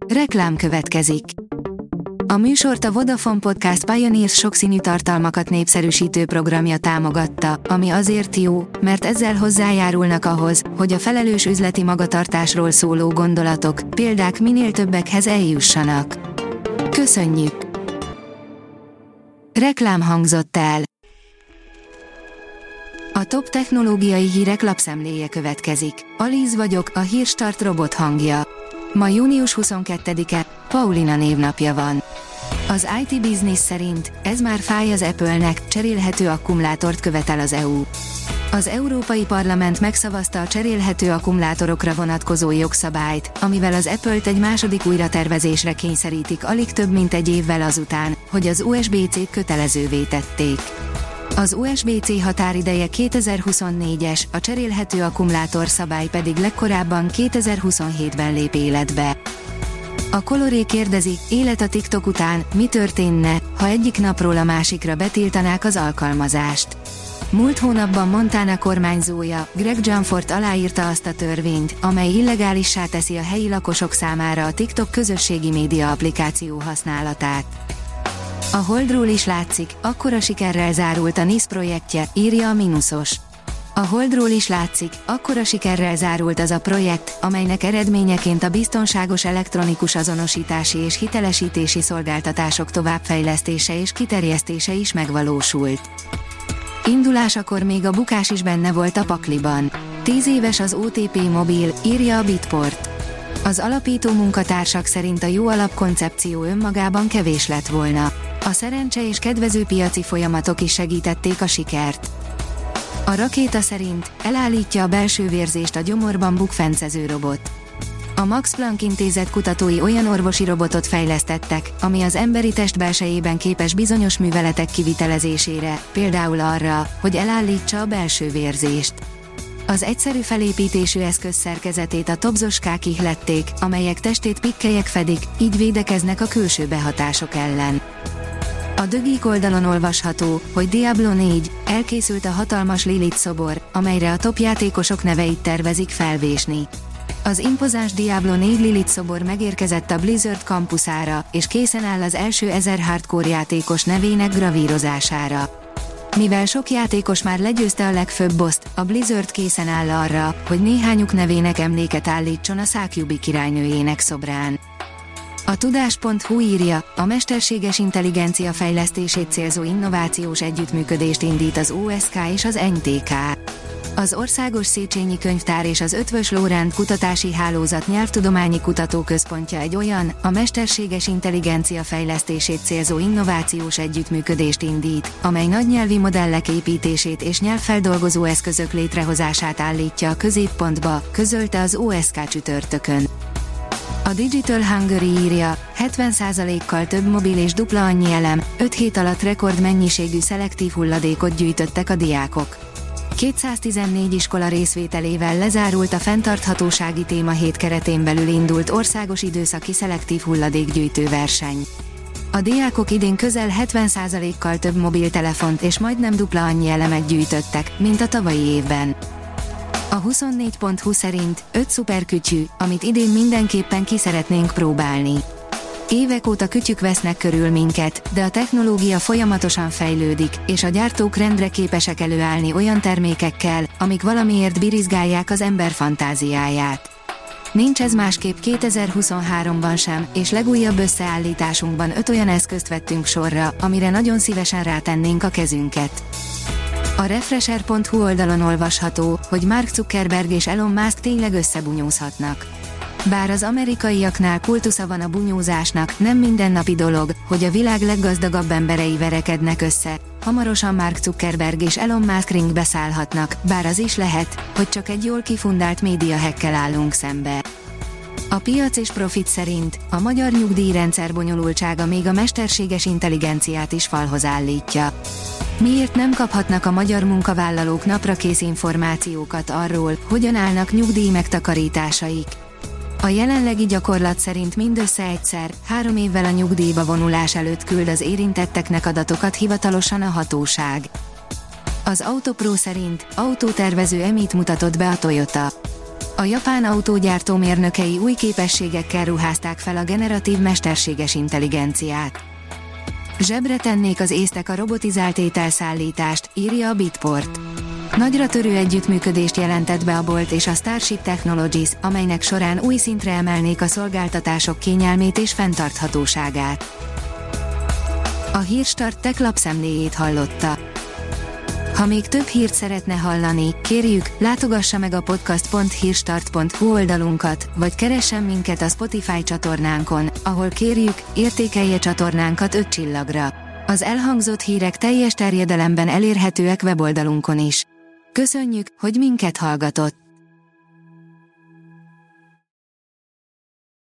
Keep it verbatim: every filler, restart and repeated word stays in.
Reklám következik. A műsort a Vodafone Podcast Pioneers sokszínű tartalmakat népszerűsítő programja támogatta, ami azért jó, mert ezzel hozzájárulnak ahhoz, hogy a felelős üzleti magatartásról szóló gondolatok, példák minél többekhez eljussanak. Köszönjük! Reklám hangzott el. A top technológiai hírek lapszemléje következik. Alíz vagyok, a Hírstart robot hangja. Ma június huszonkettedike, Paulina névnapja van. Az i té Business szerint ez már fáj az Apple-nek, cserélhető akkumulátort követel az é u. Az Európai Parlament megszavazta a cserélhető akkumulátorokra vonatkozó jogszabályt, amivel az Apple-t egy második újratervezésre kényszerítik alig több mint egy évvel azután, hogy az u es bé-C kötelezővé tették. Az u es bé-C határideje kétezer-huszonnégyes, a cserélhető akkumulátor szabály pedig legkorábban kétezer-huszonhétben lép életbe. A Coloré kérdezi, élet a TikTok után, mi történne, ha egyik napról a másikra betiltanák az alkalmazást. Múlt hónapban Montana kormányzója, Greg Gianforte aláírta azt a törvényt, amely illegálissá teszi a helyi lakosok számára a TikTok közösségi média applikáció használatát. A Holdról is látszik, akkora sikerrel zárult a NISZ projektje, írja a Minusos. A Holdról is látszik, akkora sikerrel zárult az a projekt, amelynek eredményeként a biztonságos elektronikus azonosítási és hitelesítési szolgáltatások továbbfejlesztése és kiterjesztése is megvalósult. Indulásakor még a bukás is benne volt a pakliban. Tíz éves az o té pé mobil, írja a Bitport. Az alapító munkatársak szerint a jó alapkoncepció önmagában kevés lett volna. A szerencse és kedvező piaci folyamatok is segítették a sikert. A rakéta szerint elállítja a belső vérzést a gyomorban bukfencező robot. A Max Planck Intézet kutatói olyan orvosi robotot fejlesztettek, ami az emberi test belsejében képes bizonyos műveletek kivitelezésére, például arra, hogy elállítsa a belső vérzést. Az egyszerű felépítésű eszköz szerkezetét a tobzoskák ihlették, amelyek testét pikkelyek fedik, így védekeznek a külső behatások ellen. A The Geek oldalon olvasható, hogy Diablo négy, elkészült a hatalmas Lilith szobor, amelyre a top játékosok neveit tervezik felvésni. Az impozáns Diablo négy Lilith szobor megérkezett a Blizzard kampuszára, és készen áll az első ezer hardcore játékos nevének gravírozására. Mivel sok játékos már legyőzte a legfőbb boszt, a Blizzard készen áll arra, hogy néhányuk nevének emléket állítson a Szákjubi királynőjének szobrán. A tudás pont hu írja, a mesterséges intelligencia fejlesztését célzó innovációs együttműködést indít az o es ká és az en té ká. Az Országos Széchenyi Könyvtár és az Eötvös Loránd Kutatási Hálózat Nyelvtudományi Kutatóközpontja egy olyan, a mesterséges intelligencia fejlesztését célzó innovációs együttműködést indít, amely nagynyelvi modellek építését és nyelvfeldolgozó eszközök létrehozását állítja a középpontba, közölte az o es ká csütörtökön. A Digital Hungary írja, hetven százalékkal több mobil és dupla annyi elem, öt hét alatt rekord mennyiségű szelektív hulladékot gyűjtöttek a diákok. kétszáztizennégy iskola részvételével lezárult a fenntarthatósági témahét keretén belül indult országos időszaki szelektív hulladékgyűjtő verseny. A diákok idén közel hetven százalékkal több mobiltelefont és majdnem dupla annyi elemet gyűjtöttek, mint a tavalyi évben. A huszonnégy pont hu szerint öt szuperkütyű, amit idén mindenképpen ki szeretnénk próbálni. Évek óta kütyük vesznek körül minket, de a technológia folyamatosan fejlődik, és a gyártók rendre képesek előállni olyan termékekkel, amik valamiért birizgálják az ember fantáziáját. Nincs ez másképp kétezer-huszonháromban sem, és legújabb összeállításunkban öt olyan eszközt vettünk sorra, amire nagyon szívesen rátennénk a kezünket. A Refresher pont hu oldalon olvasható, hogy Mark Zuckerberg és Elon Musk tényleg összebunyózhatnak. Bár az amerikaiaknál kultusza van a bunyózásnak, nem mindennapi dolog, hogy a világ leggazdagabb emberei verekednek össze. Hamarosan Mark Zuckerberg és Elon Musk ringbe szállhatnak, bár az is lehet, hogy csak egy jól kifundált médiahackkel állunk szembe. A piac és profit szerint a magyar nyugdíjrendszer bonyolultsága még a mesterséges intelligenciát is falhoz állítja. Miért nem kaphatnak a magyar munkavállalók naprakész információkat arról, hogyan állnak nyugdíj megtakarításaik? A jelenlegi gyakorlat szerint mindössze egyszer, három évvel a nyugdíjba vonulás előtt küld az érintetteknek adatokat hivatalosan a hatóság. Az Autopro szerint autótervező emit mutatott be a Toyota. A japán autógyártó mérnökei új képességekkel ruházták fel a generatív mesterséges intelligenciát. Zsebre tennék az észtek a robotizált ételszállítást, írja a Bitport. Nagyra törő együttműködést jelentett be a Bolt és a Starship Technologies, amelynek során új szintre emelnék a szolgáltatások kényelmét és fenntarthatóságát. A Hírstart Tech lapszemléjét hallotta. Ha még több hírt szeretne hallani, kérjük, látogassa meg a podcast pont hírstart pont hu oldalunkat, vagy keressen minket a Spotify csatornánkon, ahol kérjük, értékelje csatornánkat öt csillagra. Az elhangzott hírek teljes terjedelemben elérhetőek weboldalunkon is. Köszönjük, hogy minket hallgatott!